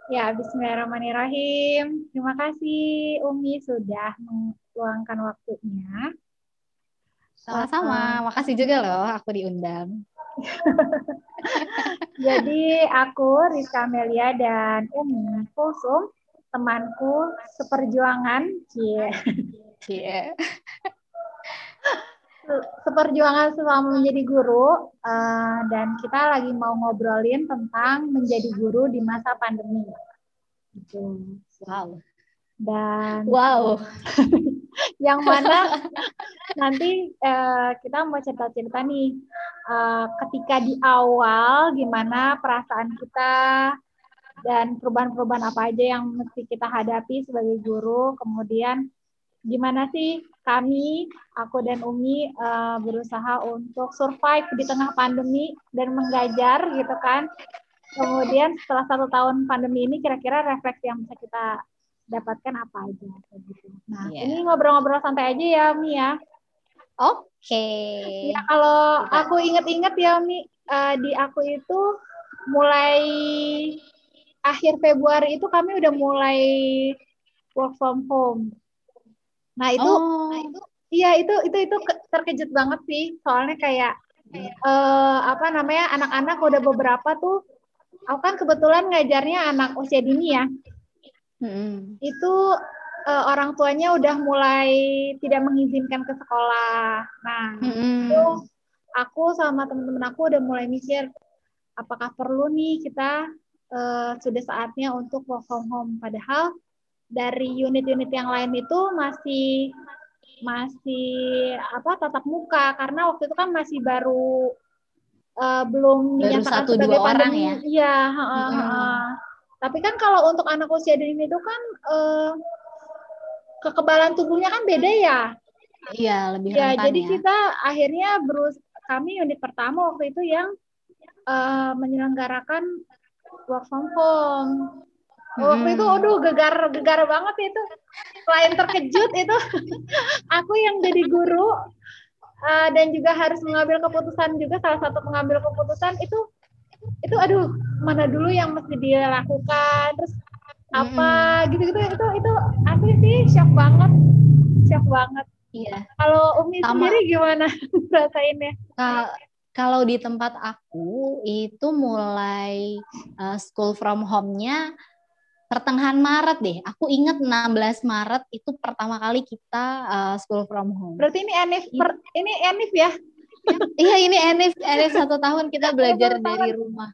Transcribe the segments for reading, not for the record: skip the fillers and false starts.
Ya, Bismillahirrahmanirrahim. Terima kasih Umi sudah meluangkan waktunya. Sama-sama, makasih juga loh aku diundang. Jadi aku Rizka Amelia dan Umi Kulsum, temanku seperjuangan, cie, Cie. seperjuangan selama menjadi guru, dan kita lagi mau ngobrolin tentang menjadi guru di masa pandemi. Gitu. Wow. Dan Wow. yang mana nanti kita mau cerita-cerita nih ketika di awal gimana perasaan kita dan perubahan-perubahan apa aja yang mesti kita hadapi sebagai guru. Kemudian gimana sih kami, aku dan Umi berusaha untuk survive di tengah pandemi dan mengajar gitu kan. Kemudian setelah 1 tahun pandemi ini kira-kira refleksi yang bisa kita dapatkan apa aja gitu. Nah, ini Yeah. ngobrol-ngobrol santai aja ya, Umi ya. Oke. Ya, kalau Kita aku inget-inget ya, Mi, di aku itu mulai akhir Februari itu kami udah mulai work from home. Nah, Oh, iya itu terkejut banget sih. Soalnya kayak apa namanya anak-anak udah beberapa tuh. Aku kan kebetulan ngajarnya anak usia dini ya. mm-mm. Itu orang tuanya udah mulai tidak mengizinkan ke sekolah. Nah, itu Mm-mm. aku sama teman-teman aku udah mulai mikir apakah perlu nih kita sudah saatnya untuk work from home. Padahal dari unit-unit yang lain itu masih masih apa tatap muka karena waktu itu kan masih baru belum Baru dinyatakan satu dua sebagai orang ya. pandemi. Iya, Mm-mm. tapi kan kalau untuk anak usia dini itu kan kekebalan tubuhnya kan beda ya. Iya, lebih Ya, rentan jadi ya. kita akhirnya kami unit pertama waktu itu yang menyelenggarakan work from home. Waktu itu, Mm-mm. aduh, gegar banget itu. Selain terkejut itu, aku yang jadi guru dan juga harus mengambil keputusan juga. Salah satu pengambil keputusan itu, aduh, mana dulu yang mesti dilakukan, terus Mm-mm. apa gitu-gitu itu asli sih shock banget. Iya, Kalau Umi sama. sendiri gimana rasainnya? Ka- Kalau di tempat aku itu mulai school from home-nya pertengahan Maret deh. Aku inget 16 Maret itu pertama kali kita school from home. Berarti ini Enif ya? Iya, ini Enif 1 tahun kita Enif belajar satu dari tahun. rumah.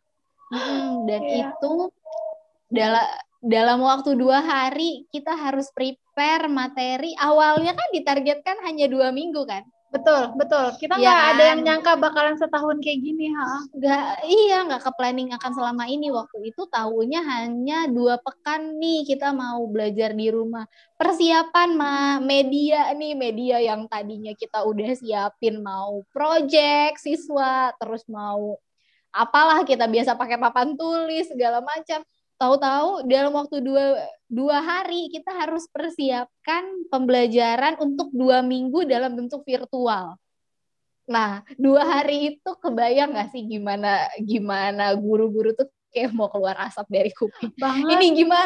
Dan Iya. itu dalam dalam waktu 2 hari kita harus prepare materi. Awalnya kan ditargetkan hanya 2 minggu kan? Betul, betul. Kita Iya nggak ada kan? yang nyangka bakalan setahun kayak gini, ha. Nggak ke planning akan selama ini. Waktu itu tahunya hanya 2 pekan nih kita mau belajar di rumah. Persiapan media nih, media yang tadinya kita udah siapin mau project siswa, terus mau apalah kita biasa pakai papan tulis segala macam. Tahu-tahu dalam waktu dua hari kita harus persiapkan pembelajaran untuk 2 minggu dalam bentuk virtual. Nah, 2 hari itu kebayang nggak sih gimana gimana guru-guru tuh kayak mau keluar asap dari kuping. Banget. Ini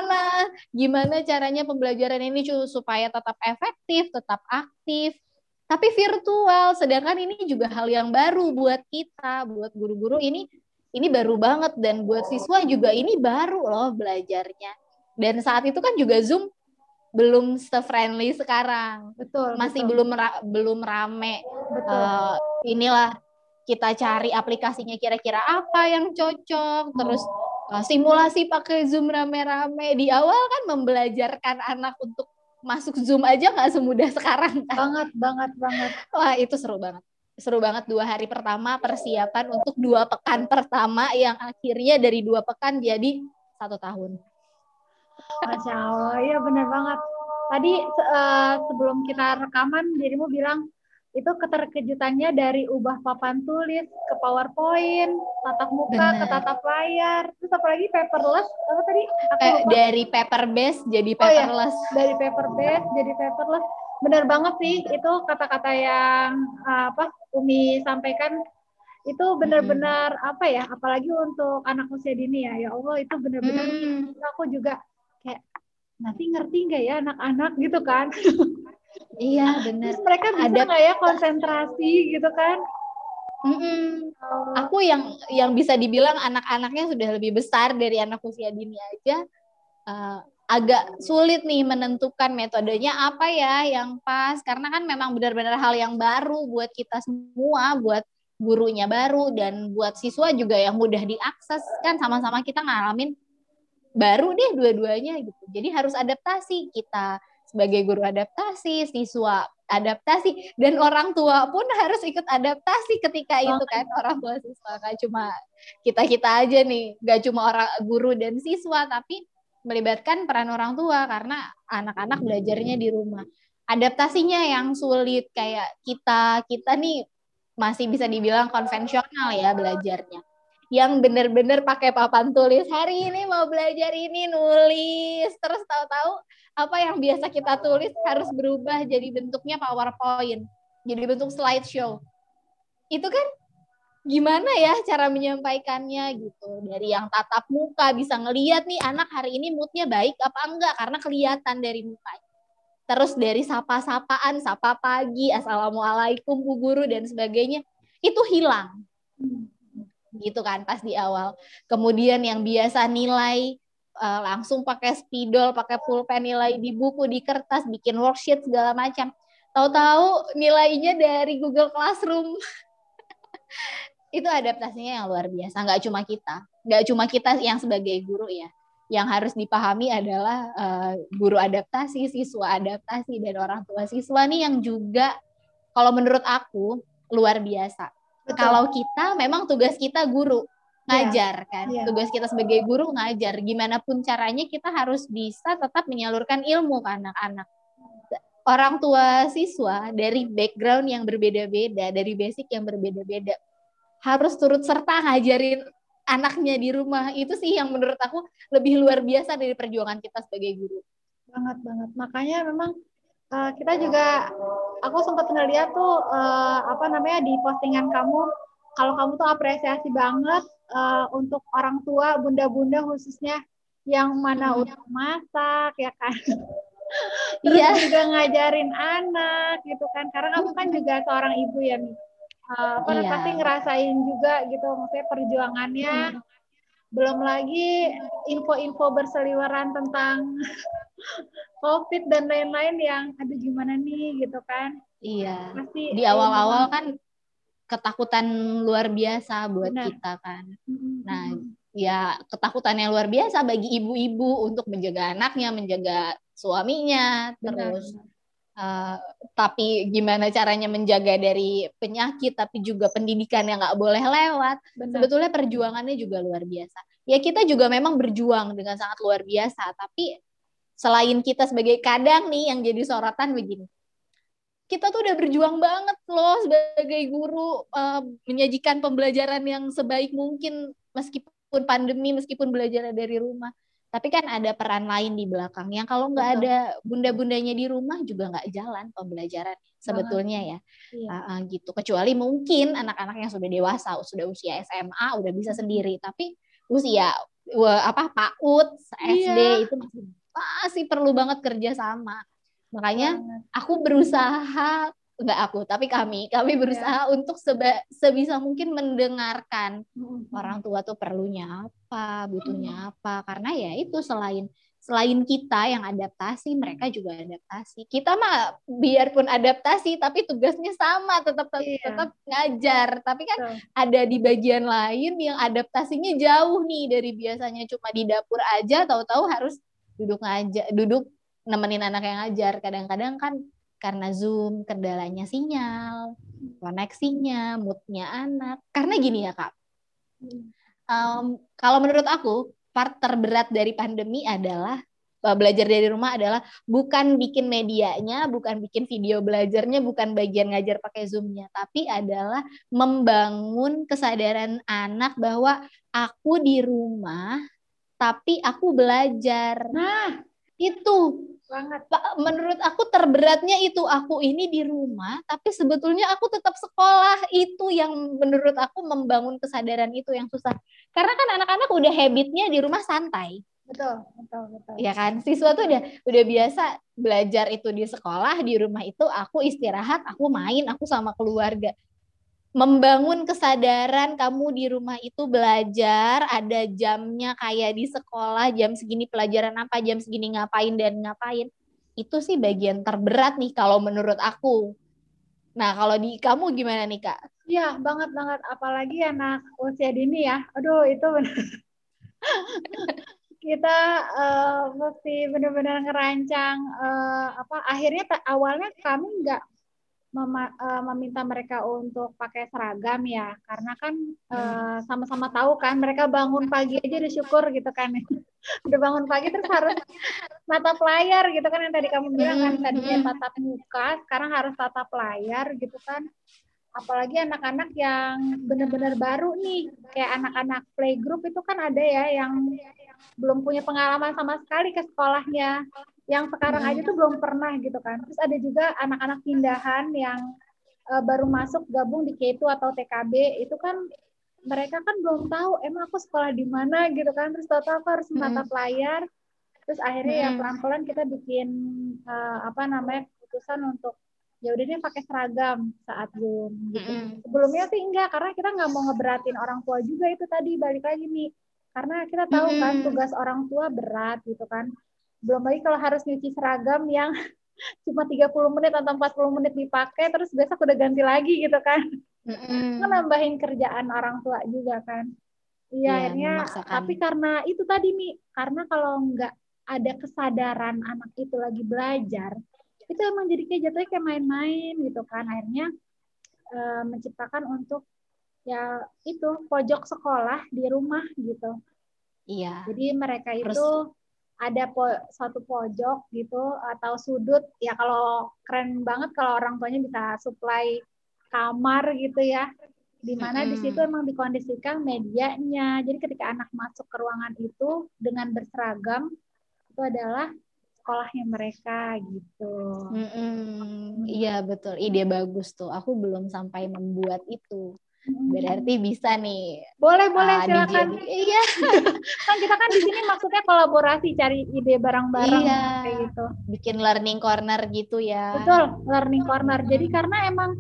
gimana caranya pembelajaran ini supaya tetap efektif, tetap aktif, tapi virtual. Sedangkan ini juga hal yang baru buat kita, buat guru-guru ini baru banget dan buat siswa juga ini baru loh belajarnya. Dan saat itu kan juga Zoom belum se-friendly sekarang. Betul, Masih betul. belum rame. Betul. Inilah kita cari aplikasinya kira-kira apa yang cocok, terus simulasi pakai Zoom rame-rame. Di awal kan membelajarkan anak untuk masuk Zoom aja nggak semudah sekarang kan. Banget, banget, banget. Wah, itu seru banget. Seru banget 2 hari pertama persiapan untuk 2 pekan pertama yang akhirnya dari 2 pekan jadi 1 tahun. Masya Allah, iya benar banget. Tadi sebelum kita rekaman, dirimu bilang itu keterkejutannya dari ubah papan tulis ke PowerPoint, tatap muka ke Bener. tatap layar, terus apalagi paperless, apa tadi? Aku lupa. Dari paper base jadi Oh ya, paperless. dari paper base jadi paperless. Benar banget sih itu kata-kata yang apa Umi sampaikan. itu benar-benar apa ya, apalagi untuk anak usia dini ya, ya Allah itu benar-benar aku juga kayak nanti ngerti nggak ya anak-anak gitu kan. Iya benar. Terus mereka bisa nggak ya konsentrasi gitu kan. Aku yang bisa dibilang anak-anaknya sudah lebih besar dari anak usia dini aja, agak sulit nih menentukan metodenya apa ya yang pas, karena kan memang benar-benar hal yang baru buat kita semua, buat gurunya baru dan buat siswa juga yang mudah diakses, kan sama-sama kita ngalamin baru deh dua-duanya gitu. Jadi harus adaptasi, kita sebagai guru adaptasi, siswa adaptasi, dan orang tua pun harus ikut adaptasi ketika itu kan, orang tua siswa, gak cuma kita aja nih, gak cuma orang guru dan siswa, tapi melibatkan peran orang tua karena anak-anak belajarnya di rumah. Adaptasinya yang sulit, kayak kita nih masih bisa dibilang konvensional ya belajarnya, yang bener-bener pakai papan tulis, hari ini mau belajar ini, nulis, terus tahu-tahu apa yang biasa kita tulis harus berubah jadi bentuknya PowerPoint, jadi bentuk slideshow. Itu kan gimana ya cara menyampaikannya gitu, dari yang tatap muka bisa ngeliat nih anak hari ini moodnya baik apa enggak karena kelihatan dari mukanya, terus dari sapa-sapaan, sapa pagi, assalamualaikum Bu Guru dan sebagainya, itu hilang gitu kan pas di awal. Kemudian yang biasa nilai langsung pakai spidol, pakai pulpen, nilai di buku, di kertas, bikin worksheet segala macam, tahu-tahu nilainya dari Google Classroom. Itu adaptasinya yang luar biasa. Nggak cuma kita yang sebagai guru ya, yang harus dipahami adalah guru adaptasi, siswa adaptasi, dan orang tua siswa nih yang juga kalau menurut aku luar biasa. Betul. Kalau kita memang tugas kita guru ngajar kan, tugas kita sebagai guru ngajar, gimana pun caranya kita harus bisa tetap menyalurkan ilmu ke anak-anak. Orang tua siswa dari background yang berbeda-beda, dari basic yang berbeda-beda, harus turut serta ngajarin anaknya di rumah. Itu sih yang menurut aku lebih luar biasa dari perjuangan kita sebagai guru. Banget. Makanya memang kita juga, aku sempat ngeliat tuh di postingan kamu, kalau kamu tuh apresiasi banget untuk orang tua, bunda-bunda khususnya yang mana udah masak ya kan. Terus juga ngajarin anak gitu kan, karena kamu kan juga seorang ibu ya, pasti ngerasain juga gitu, maksudnya perjuangannya. Belum lagi info-info berseliweran tentang COVID dan lain-lain yang aduh gimana nih gitu kan. Iya. Pasti di awal-awal kan ketakutan luar biasa buat kita kan. Nah, ya ketakutan yang luar biasa bagi ibu-ibu untuk menjaga anaknya, menjaga suaminya, terus tapi gimana caranya menjaga dari penyakit, tapi juga pendidikan yang nggak boleh lewat. Sebetulnya perjuangannya juga luar biasa. Ya kita juga memang berjuang dengan sangat luar biasa, tapi selain kita sebagai kadang nih yang jadi sorotan begini, kita tuh udah berjuang banget loh sebagai guru, menyajikan pembelajaran yang sebaik mungkin meskipun pandemi, meskipun belajar dari rumah. Tapi kan ada peran lain di belakang yang kalau nggak ada bunda-bundanya di rumah juga nggak jalan pembelajaran sebetulnya ya. Gitu. Kecuali mungkin anak-anak yang sudah dewasa, sudah usia SMA, udah bisa sendiri. Tapi usia PAUD, SD itu masih perlu banget kerja sama. Makanya aku berusaha, tapi kami berusaha untuk sebisa mungkin mendengarkan orang tua tuh perlunya apa, butuhnya apa. Karena ya itu selain kita yang adaptasi, mereka juga adaptasi. Kita mah biarpun adaptasi tapi tugasnya sama, tetap ngajar. Tapi kan ada di bagian lain yang adaptasinya jauh nih dari biasanya cuma di dapur aja, tahu-tahu harus duduk nemenin anak yang ngajar. Kadang-kadang kan karena Zoom kendalanya sinyal, koneksinya, moodnya anak. Karena gini ya Kak, kalau menurut aku part terberat dari pandemi adalah belajar dari rumah adalah bukan bikin medianya, bukan bikin video belajarnya, bukan bagian ngajar pakai Zoom-nya, tapi adalah membangun kesadaran anak bahwa aku di rumah tapi aku belajar. Nah, Itu banget. menurut aku terberatnya itu, aku ini di rumah tapi sebetulnya aku tetap sekolah. Itu yang menurut aku membangun kesadaran itu yang susah. Karena kan anak-anak udah habitnya di rumah santai. Betul, betul, betul. Ya kan, siswa tuh udah biasa belajar itu di sekolah, di rumah itu aku istirahat, aku main, aku sama keluarga. Membangun kesadaran kamu di rumah itu belajar, ada jamnya kayak di sekolah, jam segini pelajaran apa, jam segini ngapain dan ngapain. Itu sih bagian terberat nih kalau menurut aku. Nah, kalau di kamu gimana nih, Kak? Iya, banget-banget. Apalagi anak usia dini ya. Aduh, itu kita mesti benar-benar ngerancang akhirnya awalnya kami nggak meminta mereka untuk pakai seragam ya, karena kan sama-sama tahu kan mereka bangun pagi aja udah syukur gitu kan. Udah bangun pagi terus harus tatap layar gitu kan, yang tadi kamu bilang kan, tadinya tatap muka sekarang harus tatap layar gitu kan. Apalagi anak-anak yang benar-benar baru nih, kayak anak-anak playgroup itu kan ada ya yang belum punya pengalaman sama sekali ke sekolahnya, yang sekarang aja tuh belum pernah gitu kan. Terus ada juga anak-anak pindahan yang baru masuk gabung di K2 atau TKB, itu kan mereka kan belum tahu emang aku sekolah di mana gitu kan. Terus tahu-tahu aku harus menatap layar. Terus akhirnya ya pelan-pelan kita bikin keputusan untuk ya udah deh pakai seragam saat Zoom gitu. Sebelumnya sih enggak, karena kita nggak mau ngeberatin orang tua juga, itu tadi balik lagi nih. Karena kita tahu kan tugas orang tua berat gitu kan. Belum lagi kalau harus nyuci seragam yang cuma 30 menit atau 40 menit dipakai terus besok udah ganti lagi gitu kan. Kan nambahin kerjaan orang tua juga kan. Iya, akhirnya tapi karena itu tadi nih, karena kalau nggak ada kesadaran anak itu lagi belajar, itu emang jadi kayak jatuhnya kayak main-main gitu kan. Akhirnya menciptakan untuk ya itu pojok sekolah di rumah gitu. Iya. Jadi mereka itu ada suatu pojok gitu atau sudut, ya kalau keren banget kalau orang tuanya bisa supply kamar gitu ya, di mana di situ emang dikondisikan medianya. Jadi ketika anak masuk ke ruangan itu dengan berseragam, itu adalah sekolahnya mereka gitu. Iya betul, ide bagus tuh. Aku belum sampai membuat itu. Berarti bisa nih. Boleh silakan. Iya. Kan kita kan di sini maksudnya kolaborasi, cari ide bareng-bareng kayak gitu. Bikin learning corner gitu ya. Betul, learning corner. Jadi karena emang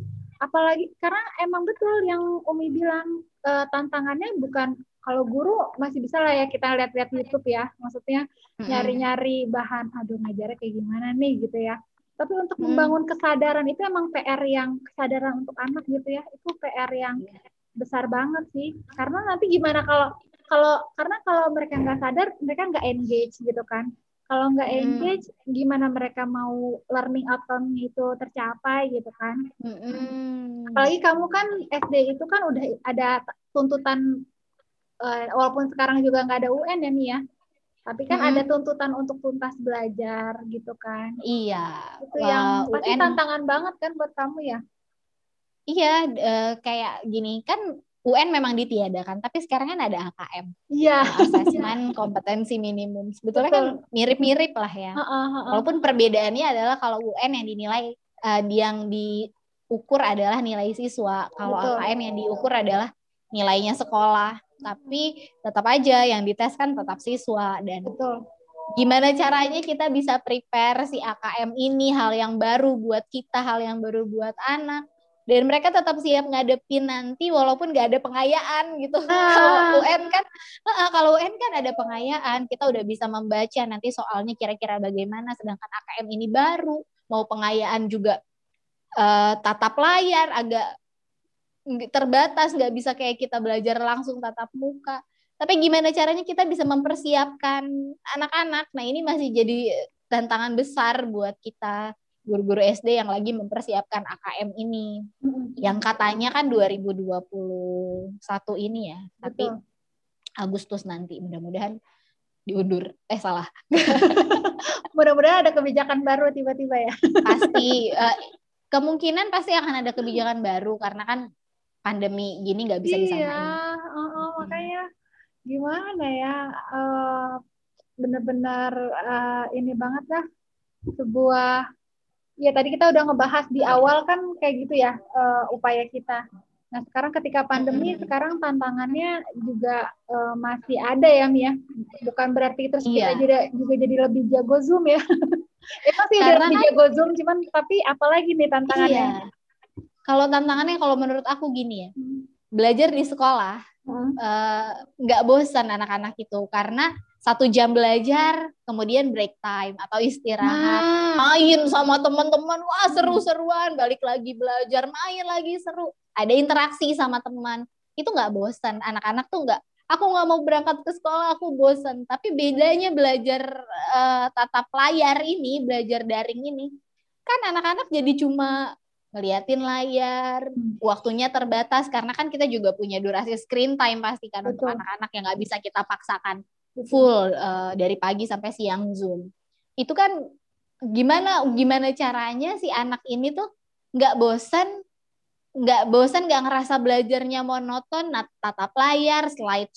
betul yang Umi bilang, tantangannya bukan, kalau guru masih bisa lah ya kita lihat-lihat YouTube ya, maksudnya nyari-nyari bahan, aduh ngajarnya kayak gimana nih gitu ya. Tapi untuk membangun kesadaran itu emang PR yang kesadaran untuk anak gitu ya, itu PR yang besar banget sih. Karena nanti gimana karena kalau mereka nggak sadar, mereka nggak engage gitu kan. Kalau nggak engage, gimana mereka mau learning outcome itu tercapai gitu kan. Apalagi kamu kan SD itu kan udah ada tuntutan, walaupun sekarang juga nggak ada UN ya Nia, tapi kan ada tuntutan untuk tuntas belajar gitu kan. Iya. Itu yang pasti tantangan banget kan buat kamu ya. Iya, kayak gini kan UN memang ditiadakan, tapi sekarang kan ada AKM. Iya. Asesmen kompetensi minimum. Sebetulnya kan mirip-mirip lah ya. Walaupun perbedaannya adalah kalau UN yang dinilai, yang diukur adalah nilai siswa. Kalau AKM yang diukur adalah nilainya sekolah. Tapi tetap aja yang dites kan tetap siswa. Dan gimana caranya kita bisa prepare si AKM ini, hal yang baru buat kita, hal yang baru buat anak. Dan mereka tetap siap ngadepin nanti walaupun nggak ada pengayaan gitu. Kalau UN kan ada pengayaan, kita udah bisa membaca nanti soalnya kira-kira bagaimana. Sedangkan AKM ini baru, mau pengayaan juga tatap layar, agak terbatas, nggak bisa kayak kita belajar langsung tatap muka. Tapi gimana caranya kita bisa mempersiapkan anak-anak? Nah ini masih jadi tantangan besar buat kita guru-guru SD yang lagi mempersiapkan AKM ini. Yang katanya kan 2021 ini ya. Tapi Agustus nanti. Mudah-mudahan diundur. Salah. Mudah-mudahan ada kebijakan baru tiba-tiba ya. Pasti. Kemungkinan pasti akan ada kebijakan baru. Karena kan pandemi gini nggak bisa disamain. Iya. Makanya gimana ya. benar-benar ini banget dah, sebuah, ya tadi kita udah ngebahas di awal kan kayak gitu ya, upaya kita. Nah sekarang ketika pandemi, sekarang tantangannya juga masih ada ya Mia. Bukan berarti terus kita Iya, juga jadi lebih jago Zoom ya. Emang sih udah karena lebih kan jago Zoom, cuman tapi apalagi nih tantangannya? iya. Kalau tantangannya kalau menurut aku gini ya, Hmm. belajar di sekolah nggak bosan anak-anak itu karena 1 jam belajar kemudian break time atau istirahat Nah, main sama teman-teman, wah seru-seruan, balik lagi belajar, main lagi seru, ada interaksi sama teman, itu nggak bosan anak-anak tuh. Nggak, aku nggak mau berangkat ke sekolah, aku bosan. Tapi bedanya belajar tatap layar ini, belajar daring ini, kan anak-anak jadi cuma ngeliatin layar, waktunya terbatas karena kan kita juga punya durasi screen time pasti kan untuk betul. anak-anak yang nggak bisa kita paksakan full dari pagi sampai siang Zoom. Itu kan gimana caranya si anak ini tuh nggak bosan, nggak ngerasa belajarnya monoton, tatap layar,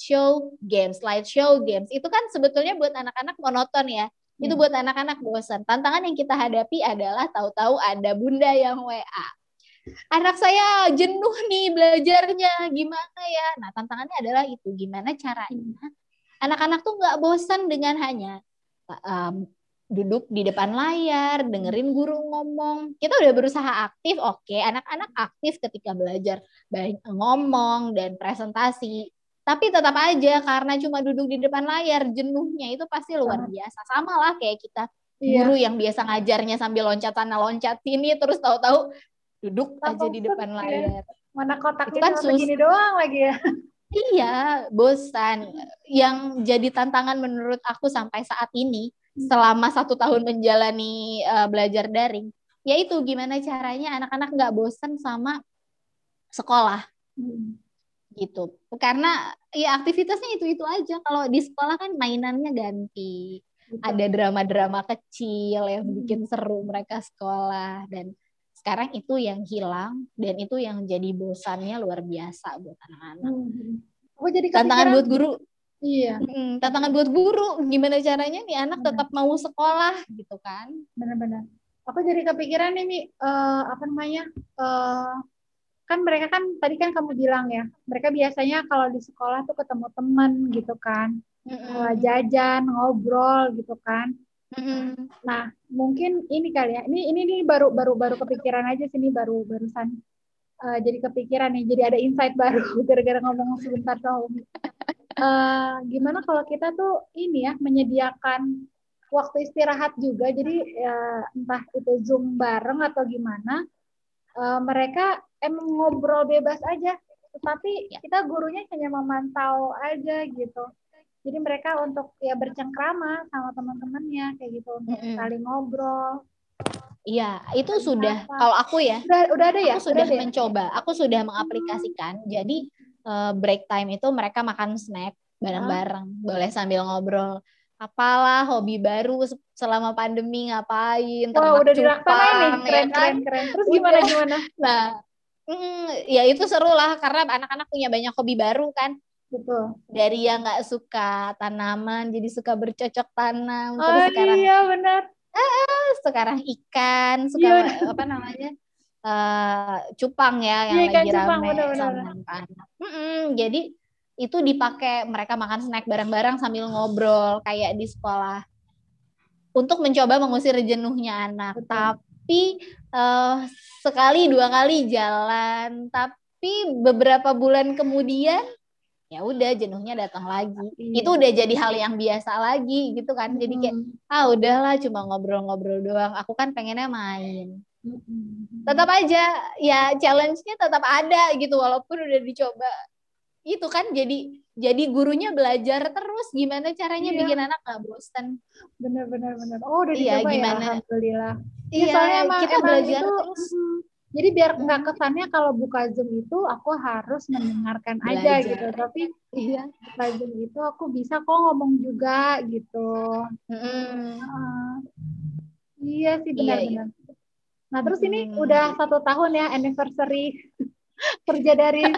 slideshow, games. Itu kan sebetulnya buat anak-anak monoton ya. Itu buat anak-anak bosan. Tantangan yang kita hadapi adalah tahu-tahu ada bunda yang WA. Anak saya jenuh nih belajarnya, gimana ya? Nah, tantangannya adalah itu, gimana caranya anak-anak tuh nggak bosan dengan hanya um, duduk di depan layar, dengerin guru ngomong. Kita udah berusaha aktif, oke, anak-anak aktif ketika belajar, baik ngomong dan presentasi. Tapi tetap aja karena cuma duduk di depan layar, jenuhnya itu pasti luar biasa. Sama lah kayak kita Iya. guru yang biasa ngajarnya sambil loncat sana loncat sini, terus tahu-tahu duduk aja di depan layar. Mana Itu kotaknya kan cuma segini doang lagi ya. iya, bosan. Yang jadi tantangan menurut aku sampai saat ini, selama 1 tahun menjalani belajar daring, yaitu gimana caranya anak-anak nggak bosan sama sekolah gitu. Karena ya aktivitasnya itu aja. Kalau di sekolah kan mainannya ganti, ada drama-drama kecil yang bikin seru mereka sekolah, dan sekarang itu yang hilang dan itu yang jadi bosannya luar biasa buat anak-anak. Aku jadi Tantangan kepikiran. buat guru, Iya, tantangan buat guru, gimana caranya nih anak tetap mau sekolah gitu kan? benar-benar. Aku jadi kepikiran nih, Mi, apa namanya? eh, Kan mereka kan tadi kan kamu bilang ya, mereka biasanya kalau di sekolah tuh ketemu teman gitu kan, jajan, ngobrol gitu kan. Nah, mungkin ini kali ya. Ini baru kepikiran aja sih, ini barusan jadi kepikiran nih, jadi ada insight baru gara-gara ngomong sebentar sama Umi. Gimana kalau kita tuh ini ya menyediakan waktu istirahat juga, jadi entah itu Zoom bareng atau gimana, mereka emang ngobrol bebas aja, tetapi kita gurunya hanya memantau aja gitu. Jadi mereka untuk ya bercengkrama sama teman-temannya kayak gitu, untuk saling ngobrol. Iya, itu sudah, kalau aku ya, Udah ada ya? aku sudah Udah ada ya? mencoba, aku sudah mengaplikasikan. Jadi break time itu mereka makan snack bareng-bareng, boleh sambil ngobrol. Apalah hobi baru selama pandemi ngapain, Wah, ternak udah dilaksanain nih, cupang, ya keren kan? keren keren. Terus Udah. gimana? Nah, ya itu seru lah karena anak-anak punya banyak hobi baru kan. Betul. Dari yang nggak suka tanaman jadi suka bercocok tanam, Oh terus sekarang iya benar. ikan, suka Iya benar. apa namanya, cupang ya Iya yang kan lagi Jepang rame benar-benar. sama anak-anak. Jadi itu dipakai mereka makan snack bareng-bareng sambil ngobrol kayak di sekolah untuk mencoba mengusir jenuhnya anak. Betul. Tapi sekali 2 kali jalan, tapi beberapa bulan kemudian ya udah jenuhnya datang lagi. Itu udah jadi hal yang biasa lagi gitu kan. Jadi kayak udahlah cuma ngobrol-ngobrol doang. Aku kan pengennya main. Tetap aja ya challenge-nya tetap ada gitu walaupun udah dicoba. Itu kan jadi gurunya belajar terus gimana caranya bikin anak gak bosan. Benar. Oh, udah Iya, dicoba ya, gimana? alhamdulillah. Ya, Iya, soalnya kita emang belajar itu, terus. jadi biar nggak kesannya kalau buka Zoom itu aku harus mendengarkan aja Belajar. gitu. Tapi Iya. buka Zoom itu aku bisa kok ngomong juga gitu. Iya sih Iya, iya. benar-benar. Nah, terus ini udah 1 tahun ya anniversary kerja dari.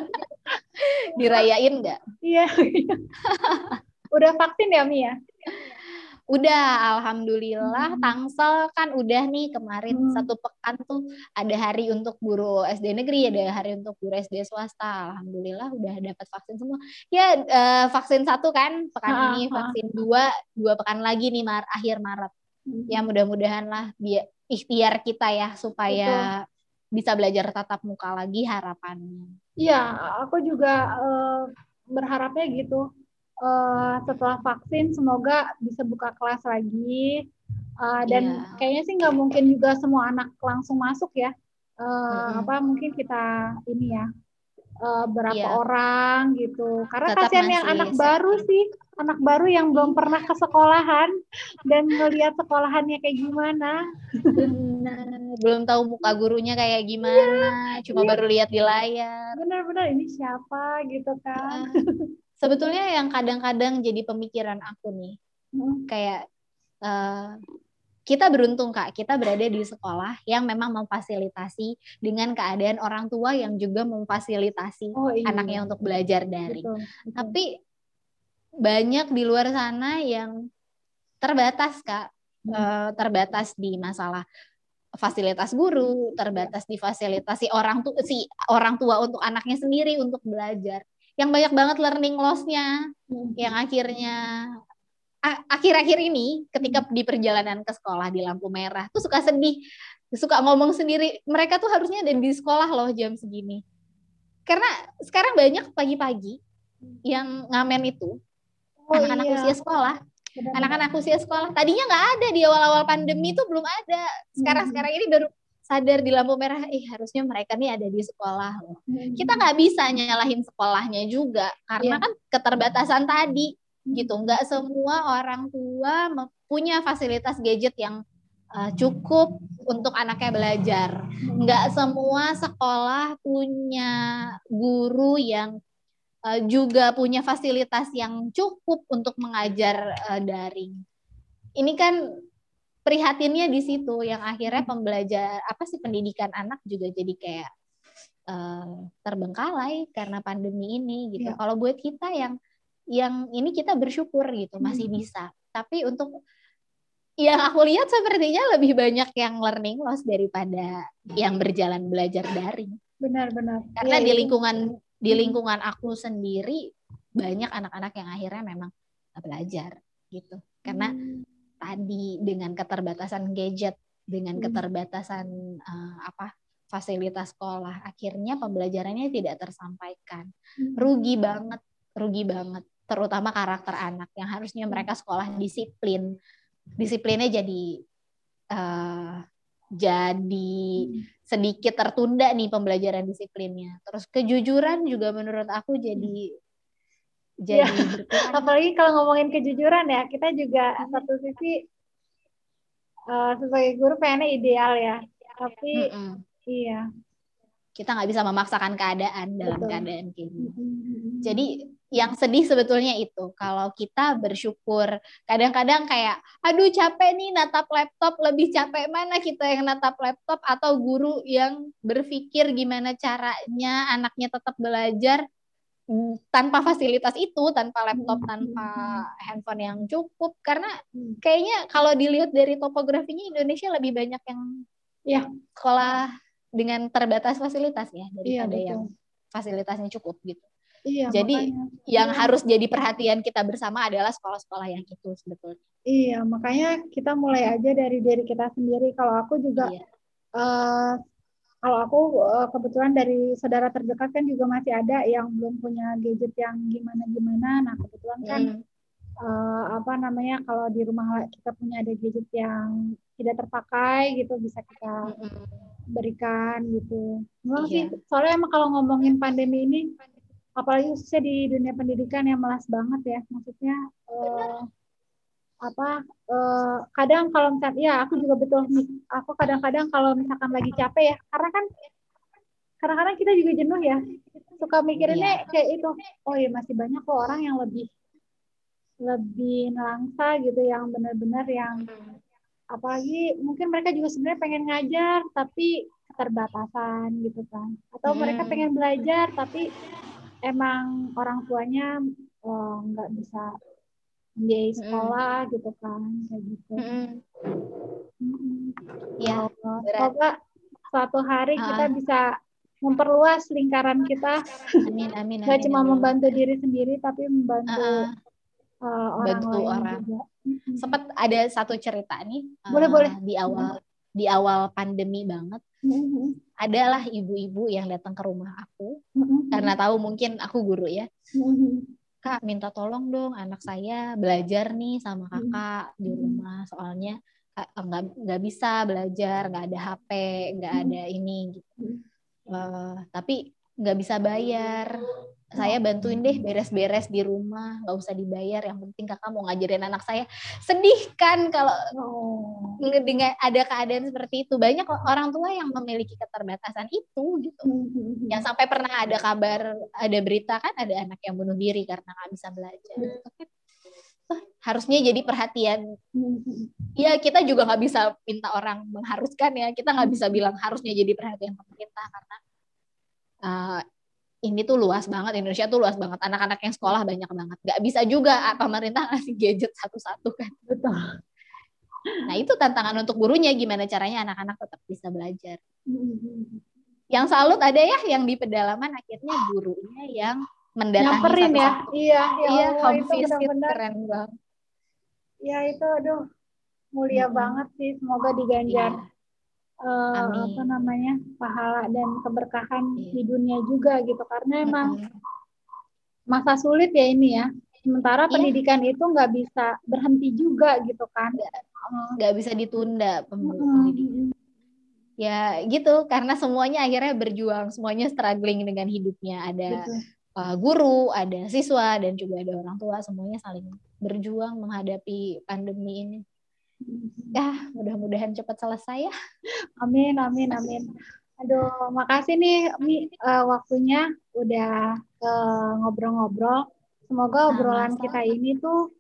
Dirayain nggak? Iya. Udah vaksin ya, Mi ya? Udah, alhamdulillah Hmm. Tangsel kan udah nih kemarin Hmm. 1 pekan tuh ada hari untuk guru SD negeri, ada hari untuk guru SD swasta. Alhamdulillah udah dapat vaksin semua. Ya vaksin 1 kan pekan Ha, ini, ha. vaksin 2 pekan lagi nih akhir Maret. Ya Hmm. mudah-mudahan lah biar ikhtiar kita ya Betul. supaya bisa belajar tatap muka lagi harapannya. Iya, aku juga berharapnya gitu. Setelah vaksin, semoga bisa buka kelas lagi. Dan Iya. kayaknya sih nggak mungkin juga semua anak langsung masuk ya. Apa Mm-mm. mungkin kita ini ya berapa Iya, orang gitu. Karena tetap kasihan yang masih anak baru safety. sih, anak baru yang belum pernah Iya. ke sekolahan dan ngelihat sekolahannya kayak gimana. Benar, belum tahu muka gurunya kayak Iya, gimana, cuma iya, baru lihat di layar. benar-benar ini siapa gitu Ya, kan. sebetulnya yang kadang-kadang jadi pemikiran aku nih, Mm. kayak eh, kita beruntung Kak, kita berada di sekolah yang memang memfasilitasi dengan keadaan orang tua yang juga memfasilitasi Oh iya, anaknya untuk belajar daring. betul, betul. Tapi banyak di luar sana yang terbatas Kak, Hmm. terbatas di masalah fasilitas guru, Ya. terbatas di fasilitasi si orang tua untuk anaknya sendiri untuk belajar. Yang banyak banget learning loss-nya, yang Hmm. akhirnya akhir-akhir ini ketika Hmm. di perjalanan ke sekolah di lampu merah tuh suka sedih, suka ngomong sendiri, mereka tuh harusnya ada di sekolah loh jam segini. Karena sekarang banyak pagi-pagi yang ngamen itu Oh anak-anak usia iya, sekolah. benar-benar. Anak-anak usia sekolah. Tadinya nggak ada di awal-awal pandemi itu belum ada. Hmm. Sekarang-sekarang ini baru sadar di lampu merah, harusnya mereka nih ada di sekolah loh. Kita Hmm. nggak bisa nyalahin sekolahnya juga karena Iya. kan keterbatasan tadi gitu. Hmm. Nggak semua orang tua punya fasilitas gadget yang cukup untuk anaknya belajar. Hmm. Nggak semua sekolah punya guru yang juga punya fasilitas yang cukup untuk mengajar daring. Ini kan prihatinnya di situ yang akhirnya pembelajar apa sih pendidikan anak juga jadi kayak terbengkalai karena pandemi ini gitu. Iya. Kalau buat kita yang ini kita bersyukur gitu masih Hmm. bisa. Tapi untuk yang aku lihat sepertinya lebih banyak yang learning loss daripada yang berjalan belajar daring. Benar-benar. Iya Karena di itu. Hmm. lingkungan aku sendiri banyak anak-anak yang akhirnya memang belajar gitu. Karena Hmm. tadi dengan keterbatasan gadget, dengan Hmm. keterbatasan apa fasilitas sekolah, akhirnya pembelajarannya tidak tersampaikan. Hmm. Rugi banget, terutama karakter anak yang harusnya Hmm. mereka sekolah disiplin, disiplinnya uh, jadi Hmm. sedikit tertunda nih pembelajaran disiplinnya. Terus kejujuran juga menurut aku Iya, jadi berkurang. apalagi kalau ngomongin kejujuran ya, kita juga satu sisi sebagai guru pengennya ideal ya, tapi Mm-mm. iya, Kita nggak bisa memaksakan keadaan dalam betul. keadaan kayak gini. Hmm. Jadi yang sedih sebetulnya itu kalau kita bersyukur kadang-kadang kayak aduh capek nih natap laptop, lebih capek mana kita yang natap laptop atau guru yang berpikir gimana caranya anaknya tetap belajar tanpa fasilitas itu, tanpa laptop, tanpa handphone yang cukup. Karena kayaknya kalau dilihat dari topografinya Indonesia lebih banyak yang Iya, sekolah dengan terbatas fasilitas ya iya daripada betul. yang fasilitasnya cukup gitu. Iya, Jadi makanya. yang harus jadi perhatian kita bersama adalah sekolah-sekolah yang itu sebetulnya. Iya, makanya kita mulai aja dari diri kita sendiri. Kalau aku juga, Iya. eh, kalau aku kebetulan dari saudara terdekat kan juga masih ada yang belum punya gadget yang gimana-gimana. Nah, kebetulan kan apa namanya kalau di rumah kita punya ada gadget yang tidak terpakai gitu bisa kita berikan gitu. Memang sih, Iya. soalnya emang kalau ngomongin pandemi ini, apalagi khususnya di dunia pendidikan yang malas banget ya. Maksudnya apa kadang kalau misalnya ya aku juga betul nih aku kadang-kadang kalau misalkan lagi capek ya karena kan kadang-kadang kita juga jenuh ya suka mikirinnya Iya. kayak itu oh ya masih banyak kok orang yang lebih lebih nelangsa gitu yang benar-benar yang apalagi mungkin mereka juga sebenarnya pengen ngajar tapi keterbatasan gitu kan atau mereka pengen belajar tapi emang orang tuanya nggak bisa membiayai sekolah gitu kan, kayak gitu. Ya, Semoga suatu hari kita bisa memperluas lingkaran kita. Amin. Gak cuma membantu diri sendiri, tapi membantu orang lain juga. Sempat ada satu cerita nih, boleh. di awal pandemi banget, adalah ibu-ibu yang datang ke rumah aku karena tahu mungkin aku guru ya. Kak, minta tolong dong, anak saya belajar nih sama kakak di rumah, soalnya nggak bisa belajar, nggak ada HP, nggak ada ini gitu. Tapi nggak bisa bayar. Saya bantuin deh beres-beres di rumah, nggak usah dibayar, yang penting kakak mau ngajarin anak saya. Sedih kan kalau dengan ada keadaan seperti itu. Banyak orang tua yang memiliki keterbatasan itu gitu. Yang sampai pernah ada kabar, ada berita kan, ada anak yang bunuh diri karena nggak bisa belajar. Harusnya jadi perhatian. Ya, kita juga nggak bisa minta orang mengharuskan ya. Kita nggak bisa bilang harusnya jadi perhatian pemerintah, karena ini tuh luas banget, Indonesia tuh luas banget, anak-anak yang sekolah banyak banget, nggak bisa juga pemerintah ngasih gadget satu-satu kan. Betul. Nah itu tantangan untuk gurunya, gimana caranya anak-anak tetap bisa belajar. Yang salut ada ya, yang di pedalaman akhirnya gurunya yang mendatangi satu-satu. Iya, home itu visit, benar-benar keren banget. Ya itu, aduh, mulia banget sih, semoga diganjar. Apa namanya, pahala dan keberkahan di dunia juga gitu, karena emang masa sulit ya ini ya, sementara pendidikan itu nggak bisa berhenti juga gitu kan, nggak bisa ditunda pendidikan. Ya gitu, karena semuanya akhirnya berjuang, semuanya struggling dengan hidupnya, ada guru, ada siswa, dan juga ada orang tua, semuanya saling berjuang menghadapi pandemi ini. Ya, mudah-mudahan cepat selesai ya. Amin. Aduh, makasih nih waktunya udah ngobrol-ngobrol. Semoga obrolan kita ini tuh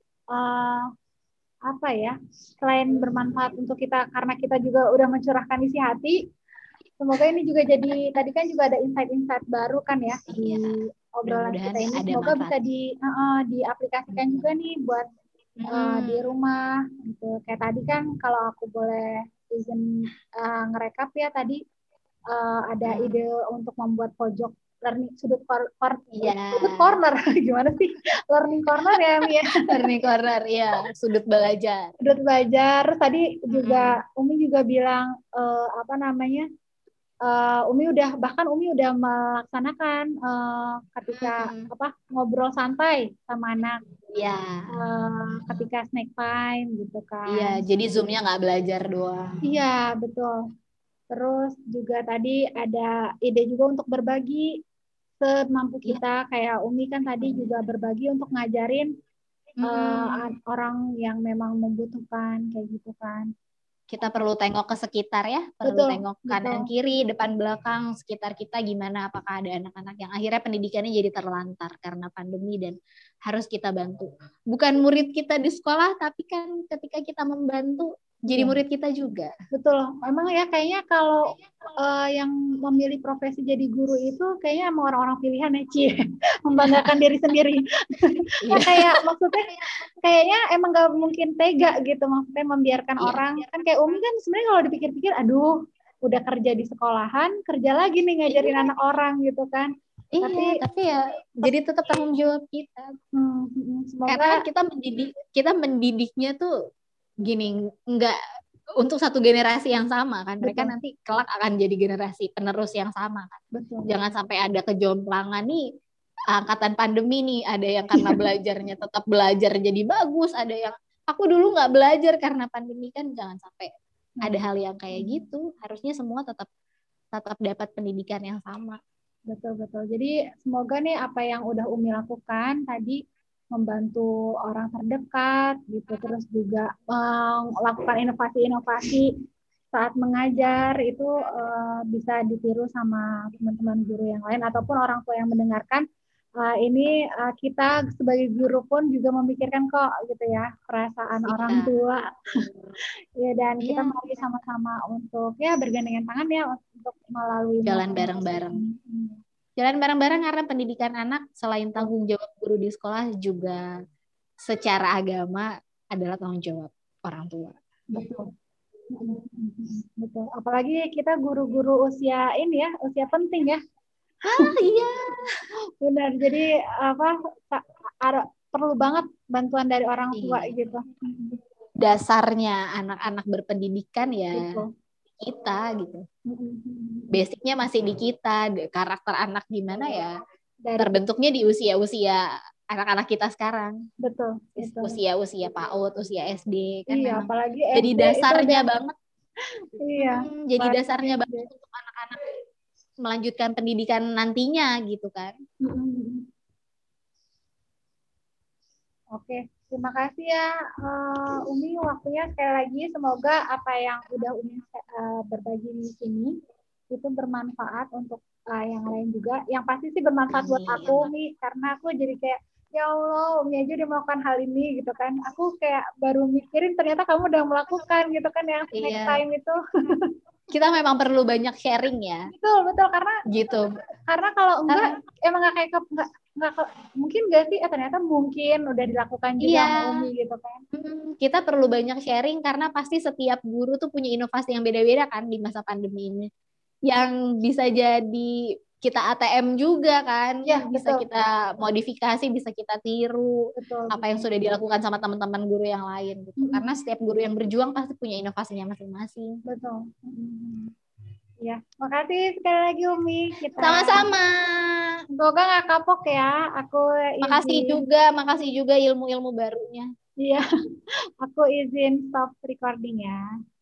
apa ya, selain bermanfaat untuk kita karena kita juga udah mencurahkan isi hati, semoga ini juga jadi, tadi kan juga ada insight-insight baru kan ya di obrolan kita ini. Semoga bisa diaplikasikan juga nih buat di rumah gitu. Kayak tadi kan kalau aku boleh izin ngerekap ya, tadi ada ide untuk membuat pojok learning, sudut corner gimana sih, learning corner ya Mia? Learning corner ya, sudut belajar. Terus tadi juga Umi juga bilang apa namanya, Umi udah melaksanakan ketika ngobrol santai sama anak, ketika snack time gitu kan. Iya, jadi Zoom-nya nggak belajar doang. Iya, betul. Terus juga tadi ada ide juga untuk berbagi semampu kita, kayak Umi kan tadi juga berbagi untuk ngajarin orang yang memang membutuhkan kayak gitu kan. Kita perlu tengok ke sekitar ya, perlu tengok kanan kiri, depan belakang, sekitar kita gimana, apakah ada anak-anak yang akhirnya pendidikannya jadi terlantar karena pandemi dan harus kita bantu. Bukan murid kita di sekolah, tapi kan ketika kita membantu jadi murid kita juga. Betul, memang ya kayaknya kalau yang memilih profesi jadi guru itu kayaknya emang orang-orang pilihan ya, Ci, membanggakan diri sendiri. Nah, kayak maksudnya kayaknya emang gak mungkin tega gitu, maksudnya membiarkan orang, kan kayak Umi kan sebenarnya kalau dipikir-pikir, aduh udah kerja di sekolahan, kerja lagi nih ngajarin anak orang gitu kan. Tapi ya jadi tetap tanggung jawab kita. Karena kan kita mendidiknya tuh gini, nggak untuk satu generasi yang sama kan. Mereka nanti kelak akan jadi generasi penerus yang sama kan. Jangan sampai ada kejomplangan nih, angkatan pandemi nih, ada yang karena belajarnya tetap belajar jadi bagus, ada yang aku dulu nggak belajar karena pandemi, kan jangan sampai ada hal yang kayak gitu. Harusnya semua tetap dapat pendidikan yang sama. Betul. Jadi semoga nih apa yang udah Umi lakukan tadi, membantu orang terdekat gitu, terus juga melakukan inovasi-inovasi saat mengajar itu bisa ditiru sama teman-teman guru yang lain ataupun orang tua yang mendengarkan. Ini kita sebagai guru pun juga memikirkan kok gitu ya perasaan orang tua. Ya, dan kita mari sama-sama untuk ya bergandengan tangan ya untuk melalui jalan bareng-bareng. Jalan bareng-bareng, karena pendidikan anak selain tanggung jawab guru di sekolah juga secara agama adalah tanggung jawab orang tua. Betul. Betul. Apalagi kita guru-guru usia ini ya, usia penting ya. Iya. Benar. Jadi perlu banget bantuan dari orang tua gitu. Dasarnya anak-anak berpendidikan ya Betul. kita gitu. Basicnya masih di kita. Karakter anak gimana ya terbentuknya di usia-usia anak-anak kita sekarang. Betul. Usia-usia PAUD, usia SD kan Iya, memang apalagi jadi SD dasarnya banget. Iya. Jadi dasarnya banget untuk anak-anak melanjutkan pendidikan nantinya gitu kan. Oke, terima kasih ya Umi waktunya sekali lagi. Semoga apa yang udah Umi berbagi di sini itu bermanfaat untuk yang lain juga. Yang pasti sih bermanfaat buat aku Umi, karena aku jadi kayak ya Allah, Umi aja udah melakukan hal ini gitu kan. Aku kayak baru mikirin ternyata kamu udah melakukan gitu kan yang next time itu. Kita memang perlu banyak sharing ya. Betul karena gitu. Karena kalau enggak emang nggak kayak nggak mungkin nggak sih ternyata mungkin udah dilakukan juga sama Umi gitu kan. Kita perlu banyak sharing karena pasti setiap guru tuh punya inovasi yang beda-beda kan di masa pandemi ini. Yang bisa jadi kita ATM juga kan, ya, bisa betul. Kita modifikasi, bisa kita tiru betul. Apa yang sudah dilakukan sama teman-teman guru yang lain gitu. Karena setiap guru yang berjuang pasti punya inovasinya masing-masing. Betul. Ya, makasih sekali lagi Umi. Sama-sama. Semoga nggak kapok ya. Makasih juga ilmu-ilmu barunya. Iya, aku izin stop recording ya.